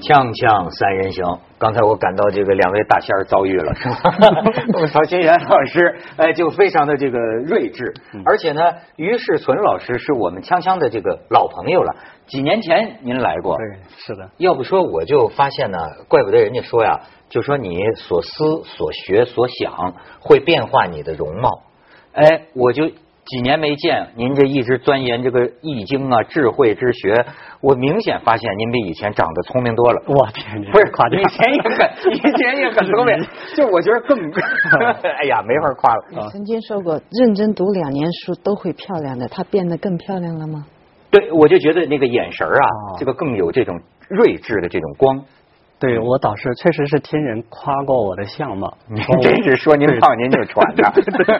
锵锵三人行，刚才我感到这个两位大仙儿遭遇了，是吧？曹新元老师，就非常的这个睿智，而且呢，于世存老师是我们锵锵的这个老朋友了。几年前您来过， 对，是的。 要不说我就发现呢，怪不得人家说呀，就说你所思所学所想会变化你的容貌。哎，我就几年没见您，这一直钻研这个易经啊、智慧之学，我明显发现您比以前长得聪明多了。 我天， 不是夸张，以前也很聪明，就我觉得更，哎呀，没法夸了。 你曾经说过，认真读2年书都会漂亮的，她变得更漂亮了吗？ 对，我就觉得那个眼神啊，这个更有这种睿智的这种光。 对，我倒是确实是听人夸过我的相貌， 您真是说您胖您就喘呐。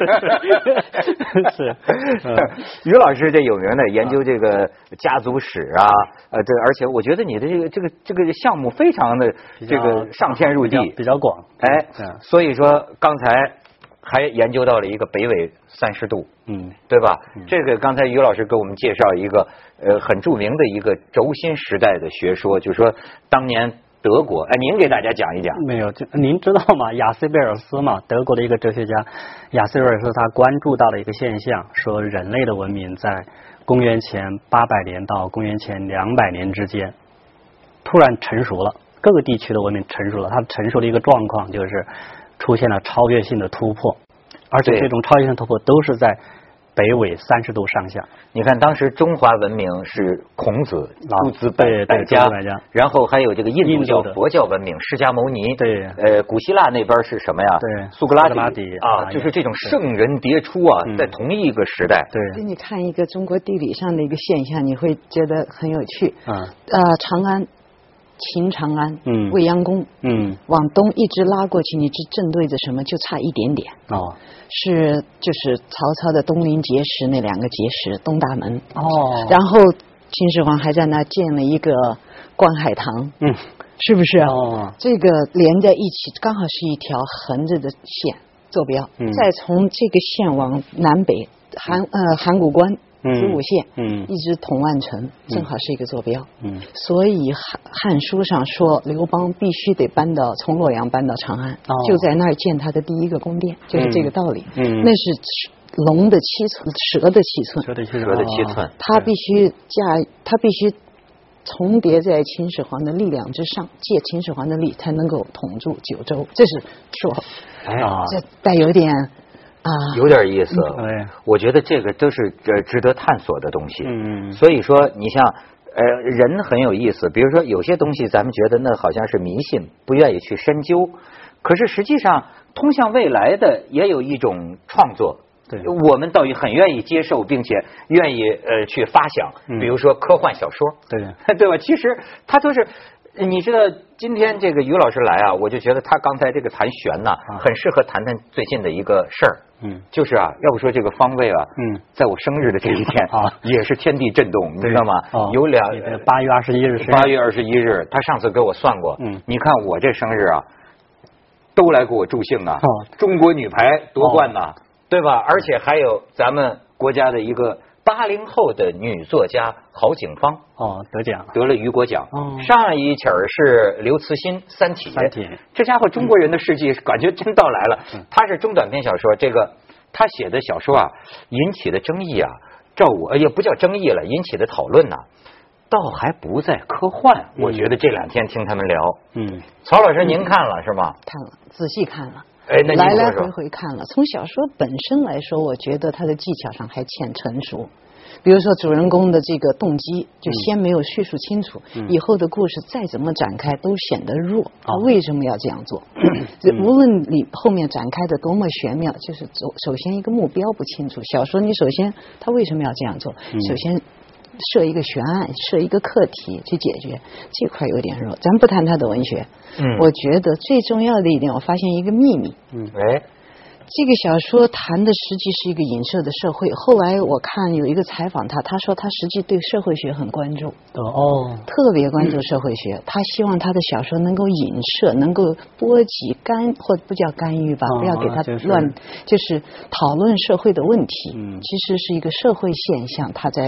是， 于老师这有名的研究这个家族史啊，这而且我觉得你的这个项目非常的这个上天入地， 比较广。 哎，所以说刚才还研究到了一个北纬30度，对吧？这个刚才于老师给我们介绍一个很著名的一个轴心时代的学说，就是说当年德国，哎，您给大家讲一讲。 没有，就您知道吗？雅斯贝尔斯嘛，德国的一个哲学家，雅斯贝尔斯他关注到了一个现象，说人类的文明在公元前800年到公元前200年之间突然成熟了，各个地区的文明成熟了，它成熟的一个状况就是出现了超越性的突破，而且这种超越性突破都是在北纬30度上下。 你看，当时中华文明是孔子、诸子百家，然后还有这个印度教、佛教文明，释迦牟尼。 对， 古希腊那边是什么呀？ 对， 苏格拉底啊，就是这种圣人迭出啊，在同一个时代。 对， 给你看一个中国地理上的一个现象，你会觉得很有趣。长安。秦长安，未央宫，往东一直拉过去，你只正对着什么，就差一点点。就是曹操的东临碣石那2个碣石，东大门。然后秦始皇还在那建了一个观海堂，是不是？这个连在一起，刚好是一条横着的线坐标。再从这个线往南北，函谷关。子午线，一直统万城，正好是一个坐标。所以汉书上说刘邦必须得从洛阳搬到长安，就在那儿建他的第一个宫殿，就是这个道理。那是龙的7寸，蛇的7寸， 蛇的7寸， 他必须重叠在秦始皇的力量之上，借秦始皇的力才能够统住九州。这是说，这带有点。 有点意思，我觉得这个都是值得探索的东西。所以说你像人很有意思，比如说有些东西咱们觉得那好像是迷信，不愿意去深究，可是实际上通向未来的也有一种创作，我们倒也很愿意接受，并且愿意去发想，比如说科幻小说，对吧？其实它都是。你知道今天这个于老师来啊，我就觉得他刚才这个谈玄呐，很适合谈谈最近的一个事儿。就是啊，要不说这个方位啊，在我生日的这一天也是天地震动，你知道吗？有8 月21日 ，8月21日，他上次给我算过，你看我这生日啊，都来给我助兴啊，中国女排夺冠呐，对吧？而且还有咱们国家的一个80后的女作家郝景芳得奖， 得了雨果奖。上一期是刘慈欣《三体》，这家伙中国人的事迹感觉真到来了。他是中短篇小说，这个他写的小说啊，引起的争议啊，照我也不叫争议了，引起的讨论呐，倒还不在科幻。我觉得这2天听他们聊，曹老师您看了是吗？ 看了，仔细看了。来回看了。从小说本身来说，我觉得它的技巧上还欠成熟。比如说主人公的这个动机，就先没有叙述清楚，以后的故事再怎么展开都显得弱。他为什么要这样做？无论你后面展开的多么玄妙，就是首先一个目标不清楚。小说你首先他为什么要这样做？首先设一个悬案，设一个课题去解决，这块有点弱。咱不谈他的文学，我觉得最重要的一点，我发现一个秘密。这个小说谈的实际是一个影射的社会。后来我看有一个采访他说他实际对社会学很关注，特别关注社会学。他希望他的小说能够影射，能够波及或不叫干预吧，不要给他就是讨论社会的问题。其实是一个社会现象，他在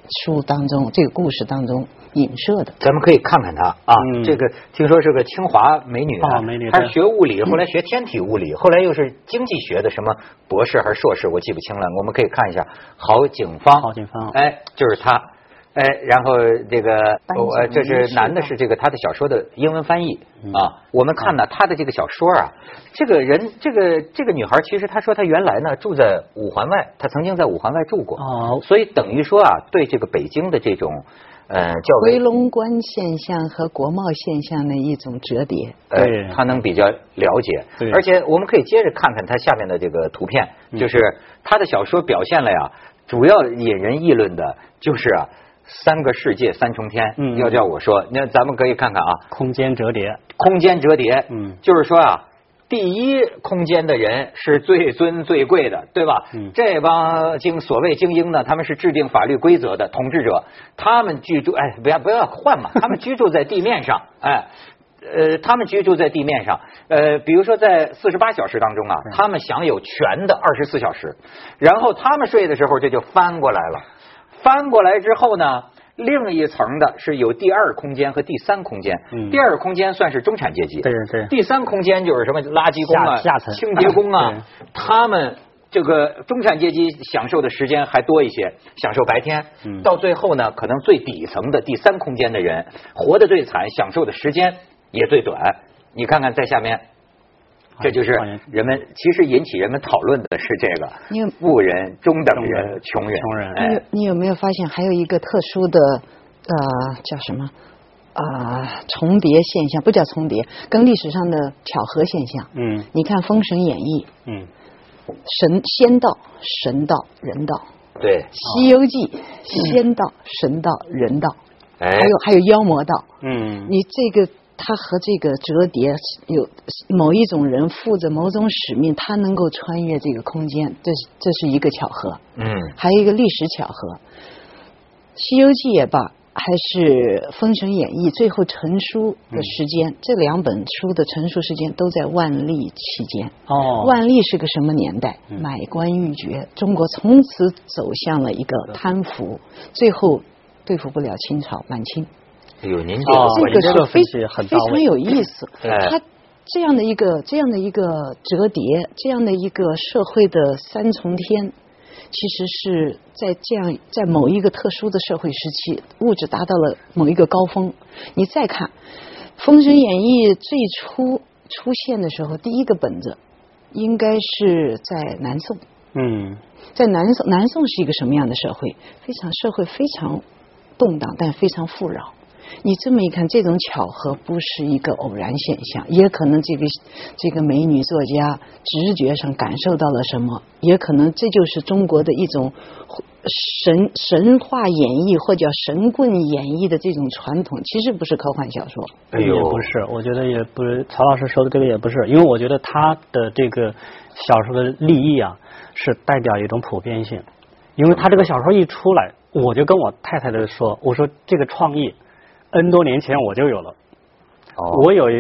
书当中这个故事当中影射的。 咱们可以看看她啊，这个听说是个清华美女啊，她是学物理，后来学天体物理，后来又是经济学的什么博士还是硕士，我记不清了。我们可以看一下郝景芳，哎，就是她。哎，然后这个这是男的，是这个他的小说的英文翻译啊。我们看呢，他的这个小说啊，这个人，这个女孩，其实她说她原来呢住在五环外，她曾经在五环外住过，所以等于说啊，对这个北京的这种较为回龙观现象和国贸现象的一种折叠， 他能比较了解。而且我们可以接着看看他下面的这个图片，就是他的小说表现了呀，主要引人议论的就是啊。3个世界3重天，要叫我说，那咱们可以看看啊， 空间折叠， 就是说啊，第一空间的人是最尊最贵的，对吧？这帮所谓精英呢，他们是制定法律规则的统治者，他们居住，哎，不要换嘛，他们居住在地面上，哎。他们居住在地面上，比如说在48小时当中啊，他们享有全的24小时，然后他们睡的时候这就翻过来了。翻过来之后呢，另一层的是有第2空间和第3空间。第2空间算是中产阶级， 对。 第3空间就是什么垃圾工啊、清洁工啊，他们这个中产阶级享受的时间还多一些，享受白天。到最后呢，可能最底层的第3空间的人活得最惨，享受的时间也最短。你看看在下面。这就是人们其实引起人们讨论的是这个富人、中等人、穷人。 你有没有发现还有一个特殊的叫什么重叠现象？不叫重叠，跟历史上的巧合现象。你看《封神演义》，仙道、神道、人道。 对，《 西游记》仙道、神道、人道，还有妖魔道。你这个。他和这个折叠有某一种人负着某种使命，他能够穿越这个空间，这是一个巧合。还有一个历史巧合，《西游记》也罢，还是《封神演义》最后成书的时间，这2本书的成书时间都在万历期间。万历是个什么年代？买官鬻爵，中国从此走向了一个贪腐，最后对付不了清朝满清。 您这个是非常有意思。它这样的一个折叠，这样的一个社会的3重天，其实是在某一个特殊的社会时期，物质达到了某一个高峰。你再看《封神演义》最初出现的时候，第一个本子应该是在南宋。在南宋是一个什么样的社会？社会非常动荡，但非常富饶。你这么一看，这种巧合不是一个偶然现象，也可能这个美女作家直觉上感受到了什么，也可能这就是中国的一种神话演绎或叫神棍演绎的这种传统，其实不是科幻小说。 也不是，我觉得也不是，曹老师说的这个也不是，因为我觉得他的这个小说的立意啊，是代表一种普遍性。因为他这个小说一出来，我就跟我太太的说，我说这个创意N 多年前我就有了。我有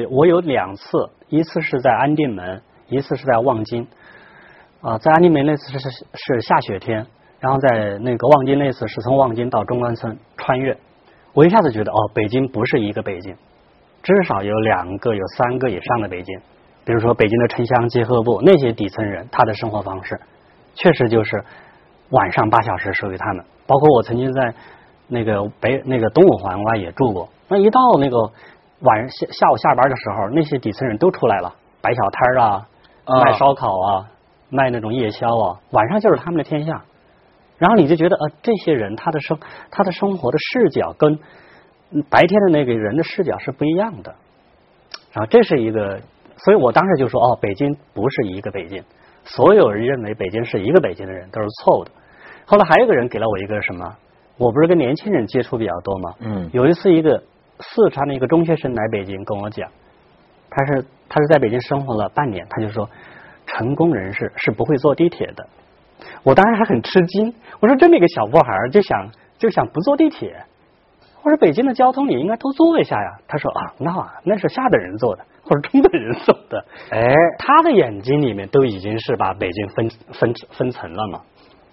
2次，一次是在安定门，一次是在望京。在安定门那次是下雪天，然后在那个望京那次是从望京到中关村穿越。我一下子觉得北京不是一个北京，至少有2个有3个以上的北京。比如说北京的城乡结合部那些底层人，他的生活方式确实就是晚上8小时属于他们。包括我曾经在那个东五环外也住过，那一到那个下午下班的时候，那些底层人都出来了，摆小摊啊，卖烧烤啊，卖那种夜宵啊，晚上就是他们的天下。然后你就觉得这些人他的生活的视角跟白天的那个人的视角是不一样的。然后这是一个，所以我当时就说北京不是一个北京，所有人认为北京是一个北京的人都是错误的。后来还有一个人给了我一个什么，我不是跟年轻人接触比较多吗？有一次一个四川的一个中学生来北京跟我讲，他是在北京生活了半年，他就说成功人士是不会坐地铁的。我当时还很吃惊，我说这么一个小破孩就想不坐地铁，我说北京的交通你应该都坐一下呀。他说那是下等人坐的，或者中等人坐的。他的眼睛里面都已经是把北京分层了嘛。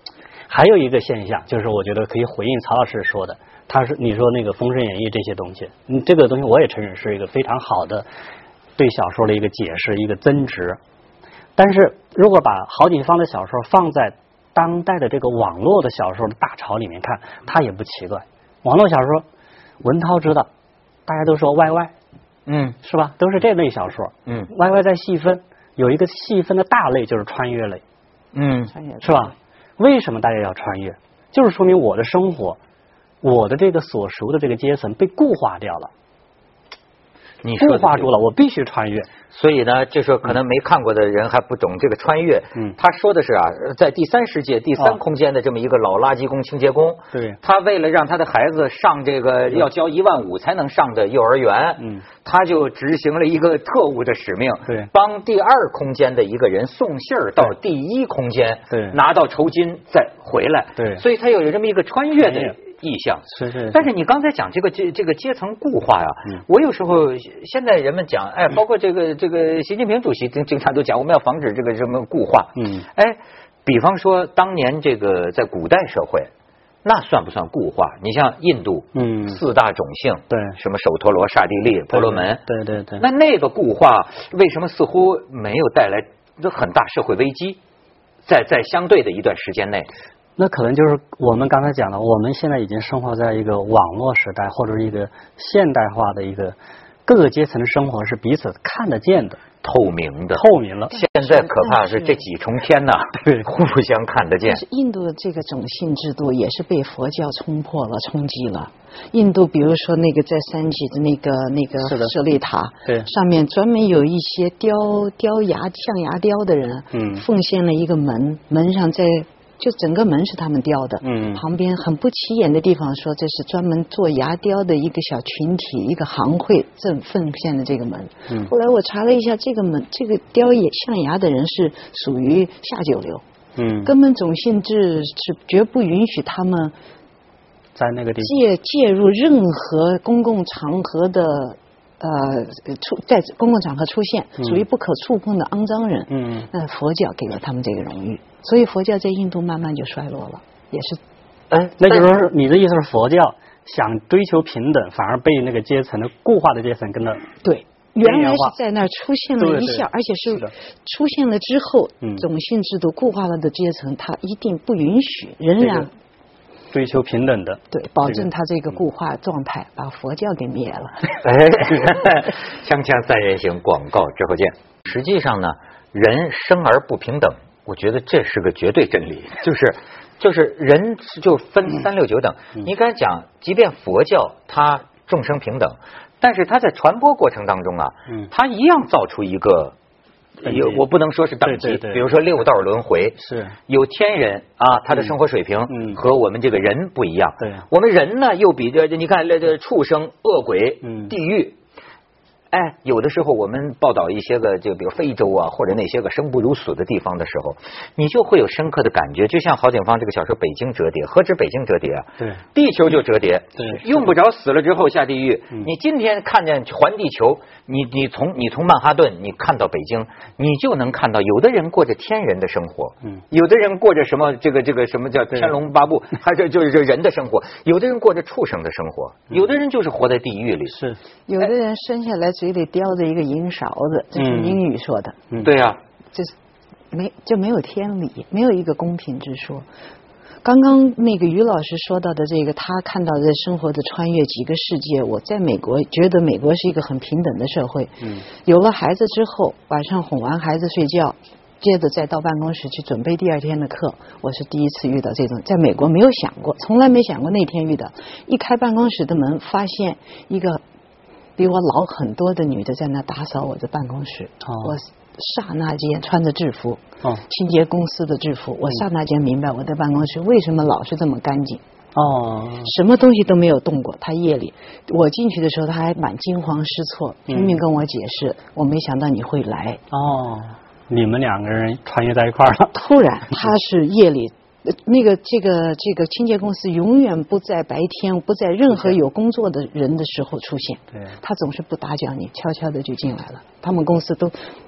还有一个现象，就是我觉得可以回应曹老师说的，你说那个《封神演义》这些东西，这个东西我也承认是一个非常好的对小说的一个解释，一个增值。但是如果把郝景芳的小说放在当代的这个网络的小说的大潮里面看，它也不奇怪。网络小说，文涛知道，大家都说 YY， 是吧？都是这类小说，YY 在细分，有一个细分的大类就是穿越类，是吧？为什么大家要穿越？就是说明我的生活，我的这个所熟的这个阶层被固化掉了。 你固化住了，我必须穿越。 所以呢，这时候可能没看过的人还不懂这个穿越。他说的是啊，在第三世界、第三空间的这么一个老垃圾工、清洁工， 对， 他为了让他的孩子上这个要交15000才能上的幼儿园，他就执行了一个特务的使命， 对， 帮第二空间的一个人送信儿到第一空间， 对， 拿到酬金再回来， 对， 所以他有这么一个穿越的意象。 是。 但是你刚才讲这个阶层固化呀，我有时候现在人们讲，包括这个习近平主席经常都讲，我们要防止这个什么固化。比方说当年这个在古代社会，那算不算固化？你像印度，4大种姓， 对， 什么首陀罗、刹帝利、婆罗门， 对。 那个固化为什么似乎没有带来很大社会危机？在相对的一段时间内。 那可能就是我们刚才讲了，我们现在已经生活在一个网络时代，或者一个现代化的一个各个阶层的生活是彼此看得见的、 透明的、 透明了。 现在可怕是这几重天呐，对，互相看得见。 但是印度的这个种姓制度也是被佛教冲破了、冲击了。印度比如说那个在山脊的那个舍利塔， 对， 上面专门有一些雕象牙雕的人，奉献了一个门，门上就整个门是他们雕的，旁边很不起眼的地方说这是专门做牙雕的一个小群体，一个行会正奉献的这个门。后来我查了一下，这个门这个雕象牙的人是属于下九流，根本种姓制是绝不允许他们在那个地方介入任何公共场合的。在公共场合出现，属于不可触碰的肮脏人。那佛教给了他们这个荣誉，所以佛教在印度慢慢就衰落了，也是。 那就是说，你的意思是佛教想追求平等，反而被那个阶层的固化的阶层跟着对，原来是在那儿出现了一下，而且是出现了之后，种姓制度固化了的阶层，他一定不允许，仍然。 追求平等的， 对，保证他这个固化状态，把佛教给灭了。 锵锵三人行，广告之后见。实际上呢，人生而不平等，我觉得这是个绝对真理，就是人就分3、6、9等。你刚才讲，即便佛教它众生平等，但是它在传播过程当中啊，它一样造出一个。我不能说是等级，比如说6道轮回， 是有天人啊，他的生活水平和我们这个人不一样。 对， 我们人呢又比这你看这畜生、恶鬼、地狱。有的时候我们报道一些个就比如非洲啊，或者那些个生不如死的地方的时候，你就会有深刻的感觉。就像郝景芳这个小说《北京折叠》，何止北京折叠啊？ 对， 地球就折叠， 对， 用不着死了之后下地狱。你今天看见环地球，你从曼哈顿你看到北京，你就能看到有的人过着天人的生活，有的人过着什么这个什么叫天龙八部，还是就是人的生活，有的人过着畜生的生活，有的人就是活在地狱里， 是有的人生下来嘴里叼着一个银勺子，这是英语说的。 对呀， 就没有天理，没有一个公平之说。刚刚那个于老师说到的这个，他看到的生活的穿越几个世界，我在美国觉得美国是一个很平等的社会。有了孩子之后，晚上哄完孩子睡觉，接着再到办公室去准备第二天的课，我是第一次遇到这种，在美国没有想过，从来没想过那天遇到。一开办公室的门，发现一个比我老很多的女的在那打扫我的办公室。我刹那间穿着制服，清洁公司的制服，我刹那间明白我的办公室为什么老是这么干净。什么东西都没有动过。他夜里我进去的时候，他还蛮惊慌失措，拼命跟我解释，我没想到你会来。 你们2个人穿越在一块儿了。 突然，他是夜里。这个清洁公司永远不在白天，不在任何有工作的人的时候出现。 对， 他总是不打搅你，悄悄的就进来了。他们公司都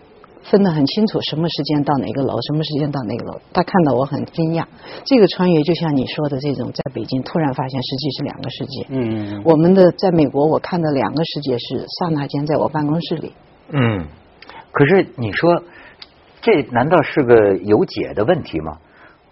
分得很清楚，什么时间到哪个楼，什么时间到哪个楼。他看到我很惊讶，这个穿越就像你说的这种，在北京突然发现实际是两个世界。我们的在美国我看到两个世界是刹那间在我办公室里。 可是你说这难道是个有解的问题吗？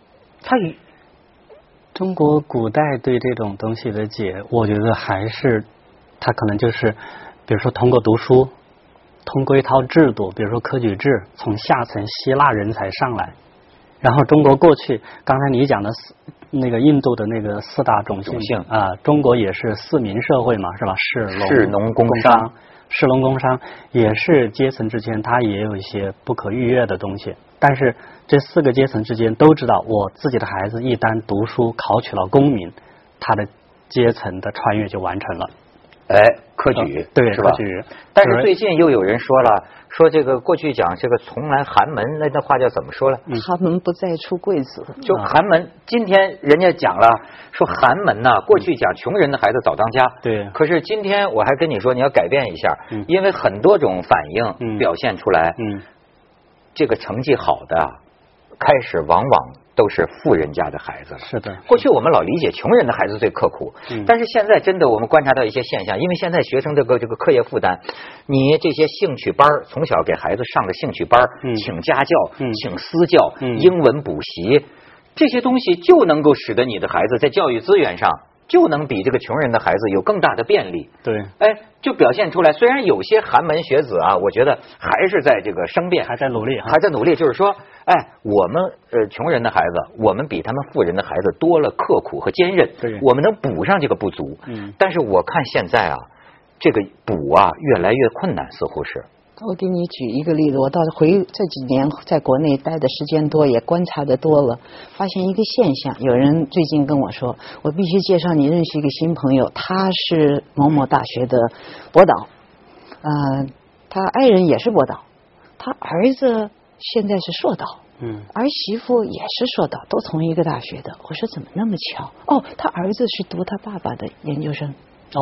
中国古代对这种东西的解，我觉得还是他可能就是，比如说通过读书，通过一套制度，比如说科举制，从下层吸纳人才上来。然后中国过去，刚才你讲的那个印度的那个4大种姓啊，中国也是4民社会嘛，是吧？ 士农工商。 士农工商也是阶层之间，它也有一些不可逾越的东西。但是这4个阶层之间都知道，我自己的孩子一旦读书考取了功名，他的阶层的穿越就完成了。 科举对是吧？ 科举。 但是最近又有人说了，说这个过去讲这个从来寒门，那话叫怎么说了？ 寒门不再出贵子。 就寒门，今天人家讲了，说寒门呐，过去讲穷人的孩子早当家。 对。 可是今天我还跟你说，你要改变一下，因为很多种反应表现出来，这个成绩好的开始往往都是富人家的孩子了。 是的。 过去我们老理解穷人的孩子最刻苦，但是现在真的我们观察到一些现象，因为现在学生这个课业负担，你这些兴趣班，从小给孩子上个兴趣班，请家教，请私教，英文补习，这些东西就能够使得你的孩子在教育资源上就能比这个穷人的孩子有更大的便利。 对。 就表现出来，虽然有些寒门学子啊，我觉得还是在这个生变， 还在努力， 就是说，我们穷人的孩子，我们比他们富人的孩子多了刻苦和坚韧，我们能补上这个不足。但是我看现在啊，这个补啊越来越困难，似乎是。 我给你举一个例子，我到这几年在国内待的时间多，也观察的多了，发现一个现象。有人最近跟我说，我必须介绍你认识一个新朋友，他是某某大学的博导，他爱人也是博导，他儿子现在是硕导，儿媳妇也是硕导，都从一个大学的。我说怎么那么巧？他儿子是读他爸爸的研究生。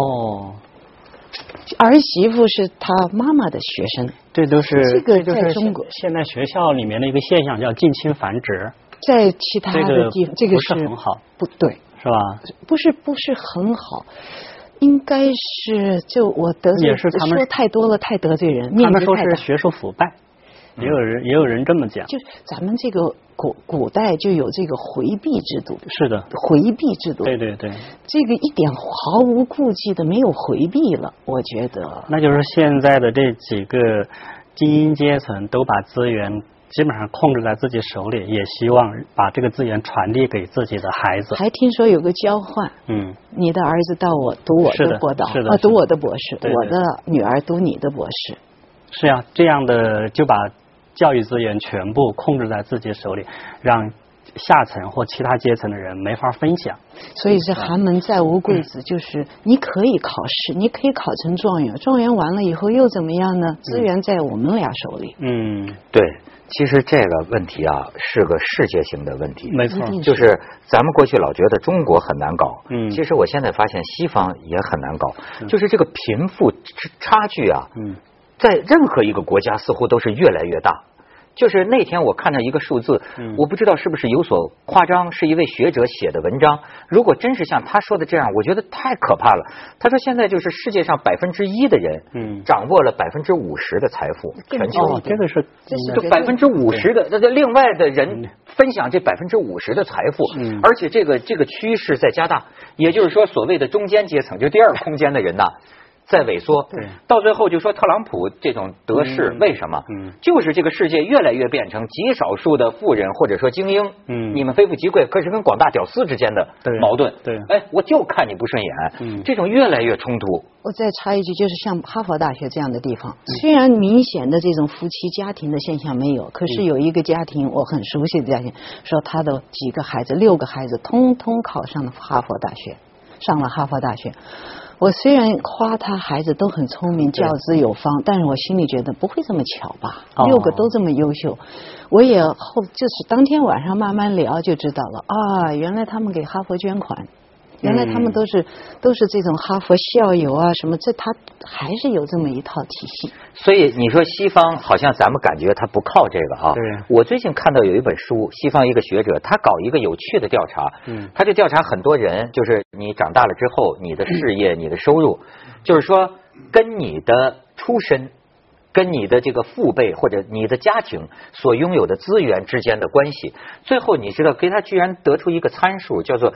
儿媳妇是他妈妈的学生。 这都是这个在中国现在学校里面的一个现象，叫近亲繁殖。 在其他的地方，这个不是很好， 不对， 是吧？不是很好，应该是就我得罪， 也是他们说太多了，太得罪人。 他们说是学术腐败，也有人这么讲。 就咱们这个古代就有这个回避制度。 是的， 回避制度。 对。 这个一点毫无顾忌的没有回避了，我觉得。 那就是现在的这几个精英阶层都把资源基本上控制在自己手里，也希望把这个资源传递给自己的孩子。 还听说有个交换，你的儿子到我读我的博导，读我的博士，我的女儿读你的博士。 是呀，这样的就把教育资源全部控制在自己手里，让下层或其他阶层的人没法分享。 所以这寒门再无贵子，就是你可以考试，你可以考成状元，状元完了以后又怎么样呢？资源在我们俩手里。 对。其实这个问题啊是个世界性的问题， 没错， 就是咱们过去老觉得中国很难搞，其实我现在发现西方也很难搞，就是这个贫富差距啊，在任何一个国家似乎都是越来越大。就是那天我看到一个数字，我不知道是不是有所夸张，是一位学者写的文章。如果真是像他说的这样，我觉得太可怕了。他说现在就是世界上1%的人，掌握了50%的财富，全球这个是就50%的，那另外的人分享这50%的财富，而且这个趋势在加大，也就是说所谓的中间阶层，就第二空间的人呐。在萎缩，到最后就说特朗普这种得势，为什么？就是这个世界越来越变成极少数的富人或者说精英，你们非富即贵，可是跟广大屌丝之间的矛盾，我就看你不顺眼，这种越来越冲突。 我再插一句，就是像哈佛大学这样的地方，虽然明显的这种夫妻家庭的现象没有，可是有一个家庭我很熟悉的家庭，说他的几个孩子，6个孩子，通通考上了哈佛大学，上了哈佛大学。我虽然夸他孩子都很聪明，教子有方，但是我心里觉得不会这么巧吧，6个都这么优秀。我也就是当天晚上慢慢聊就知道了啊，原来他们给哈佛捐款， 原来他们都是这种哈佛校友啊什么，这他还是有这么一套体系。 所以你说西方好像咱们感觉他不靠这个啊。 对。 我最近看到有一本书，西方一个学者他搞一个有趣的调查，他就调查很多人，就是你长大了之后，你的事业、你的收入，就是说跟你的出身。跟你的这个父辈或者你的家庭所拥有的资源之间的关系，最后你知道，给他居然得出一个参数，叫做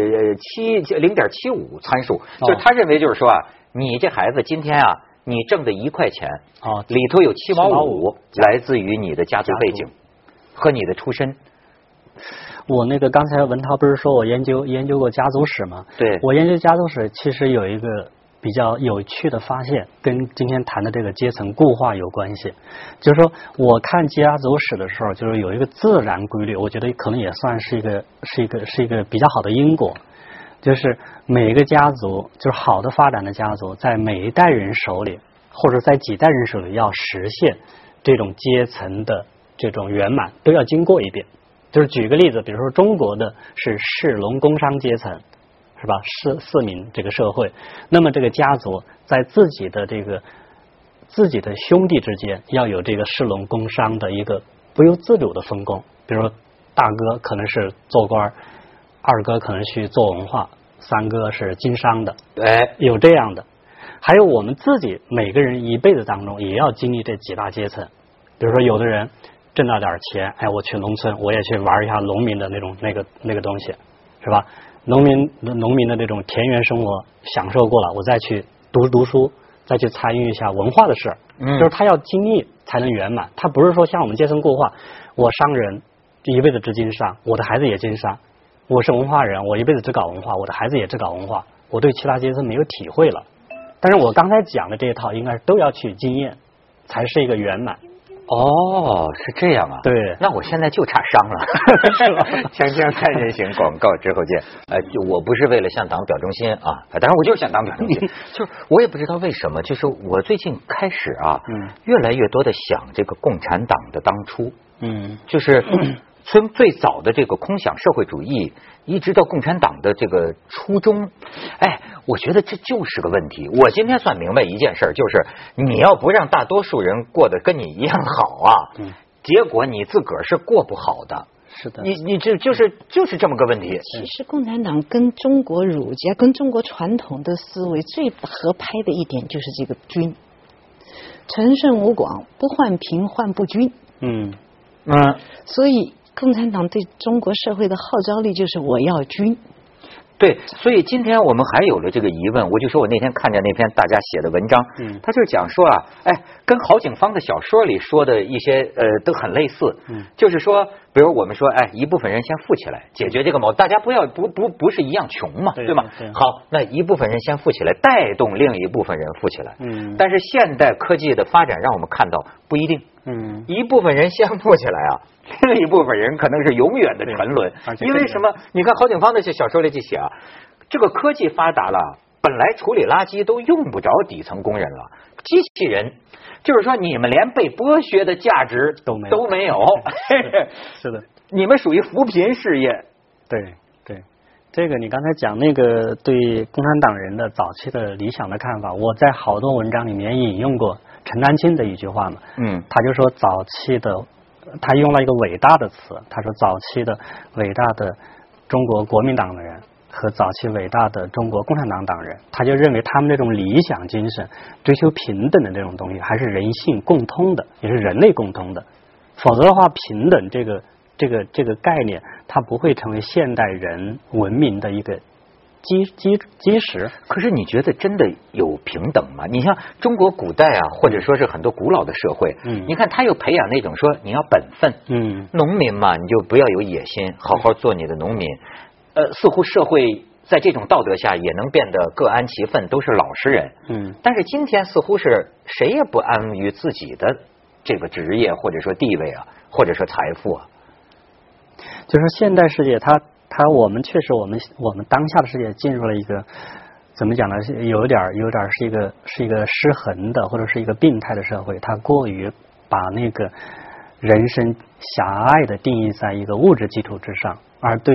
0.75参数，就是他认为就是说啊，你这孩子今天啊，你挣的1块钱里头有7毛5来自于你的家族背景和你的出身。 我那个刚才文涛不是说我研究过家族史吗？ 对， 我研究家族史其实有一个比较有趣的发现，跟今天谈的这个阶层固化有关系。就是说，我看家族史的时候，就是有一个自然规律，我觉得可能也算是一个比较好的因果。就是每一个家族，就是好的发展的家族，在每一代人手里，或者在几代人手里，要实现这种阶层的这种圆满，都要经过一遍。就是举个例子，比如说中国的是士农工商阶层。是吧？四民这个社会，那么这个家族在自己的兄弟之间要有这个士农工商的一个不由自主的分工。比如说大哥可能是做官，二哥可能去做文化，三哥是经商的，有这样的。还有我们自己每个人一辈子当中也要经历这几大阶层。比如说有的人挣到点钱，我去农村，我也去玩一下农民的那种那个东西，是吧？农民的这种田园生活享受过了，我再去读书，再去参与一下文化的事，就是他要经历才能圆满。他不是说像我们阶层固化，我商人一辈子只经商，我的孩子也经商；我是文化人，我一辈子只搞文化，我的孩子也只搞文化。我对其他阶层没有体会了，但是我刚才讲的这一套应该是都要去经验，才是一个圆满。 哦，是这样啊。 对， 那我现在就差商了，是吧？锵锵三人行，广告之后见。我不是为了向党表忠心啊，当然我就是向党表忠心。就是我也不知道为什么，就是我最近开始啊，越来越多的想这个共产党的当初，就是从最早的这个空想社会主义，一直到共产党的这个初衷，我觉得这就是个问题。我今天算明白一件事，就是你要不让大多数人过得跟你一样好啊，结果你自个儿是过不好的。 是的， 你就是这么个问题。 其实共产党跟中国儒家、跟中国传统的思维最合拍的一点就是这个均，陈胜吴广，不患贫，患不均。所以共产党对中国社会的号召力就是我要均。 对，所以今天我们还有了这个疑问，我就说我那天看见那篇大家写的文章，他就是讲说啊，跟郝景芳的小说里说的一些都很类似，就是说，比如我们说，一部分人先富起来，解决这个矛盾，大家不是一样穷嘛，对吗？好，那一部分人先富起来，带动另一部分人富起来。但是现代科技的发展让我们看到不一定。一部分人先富起来啊，另一部分人可能是永远的沉沦。因为什么？你看郝景芳的小说里就写啊，这个科技发达了，本来处理垃圾都用不着底层工人了，机器人，就是说你们连被剥削的价值都没有。 是的， 你们属于扶贫事业。 对。这个你刚才讲那个对共产党人的早期的理想的看法，我在好多文章里面引用过陈丹青的一句话嘛。他就说早期的，他用了一个伟大的词，他说早期的伟大的中国国民党的人和早期伟大的中国共产党党人，他就认为他们这种理想精神、追求平等的这种东西，还是人性共通的，也是人类共通的。否则的话，平等这个概念，它不会成为现代人文明的一个基石。 可是你觉得真的有平等吗？你像中国古代啊，或者说是很多古老的社会，你看他又培养那种说你要本分，农民嘛，你就不要有野心，好好做你的农民。似乎社会在这种道德下也能变得各安其分，都是老实人。但是今天似乎是谁也不安于自己的这个职业或者说地位啊，或者说财富啊。 就是现代世界，我们确实我们当下的世界进入了一个怎么讲呢？有点是一个失衡的，或者是一个病态的社会。它过于把那个人生狭隘的定义在一个物质基础之上，而对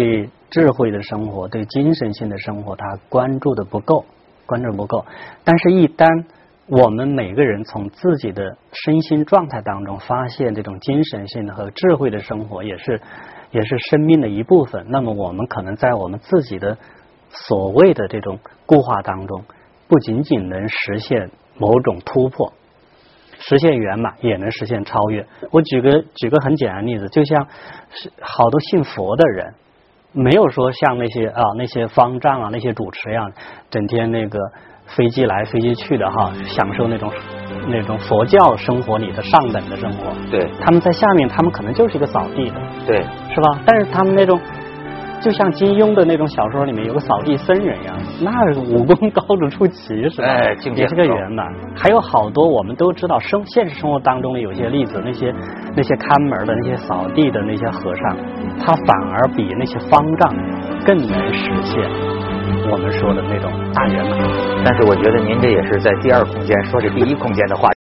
智慧的生活、对精神性的生活，他关注的不够。但是，一旦我们每个人从自己的身心状态当中发现这种精神性的和智慧的生活，也是生命的一部分，那么我们可能在我们自己的所谓的这种固化当中，不仅仅能实现某种突破，实现圆满，也能实现超越。我举个很简单的例子，就像是好多信佛的人，没有说像那些方丈啊、那些主持一样，整天那个飞机来飞机去的享受那种佛教生活里的上等的生活。 对， 他们在下面，他们可能就是一个扫地的， 对， 是吧？但是他们那种，就像金庸的那种小说里面有个扫地僧人一样，那武功高得出奇，是吧？也是个圆满。还有好多我们都知道现实生活当中的有些例子，那些看门的、那些扫地的那些和尚，他反而比那些方丈更能实现我们说的那种大圆满。 但是我觉得您这也是在第二空间说着第一空间的话。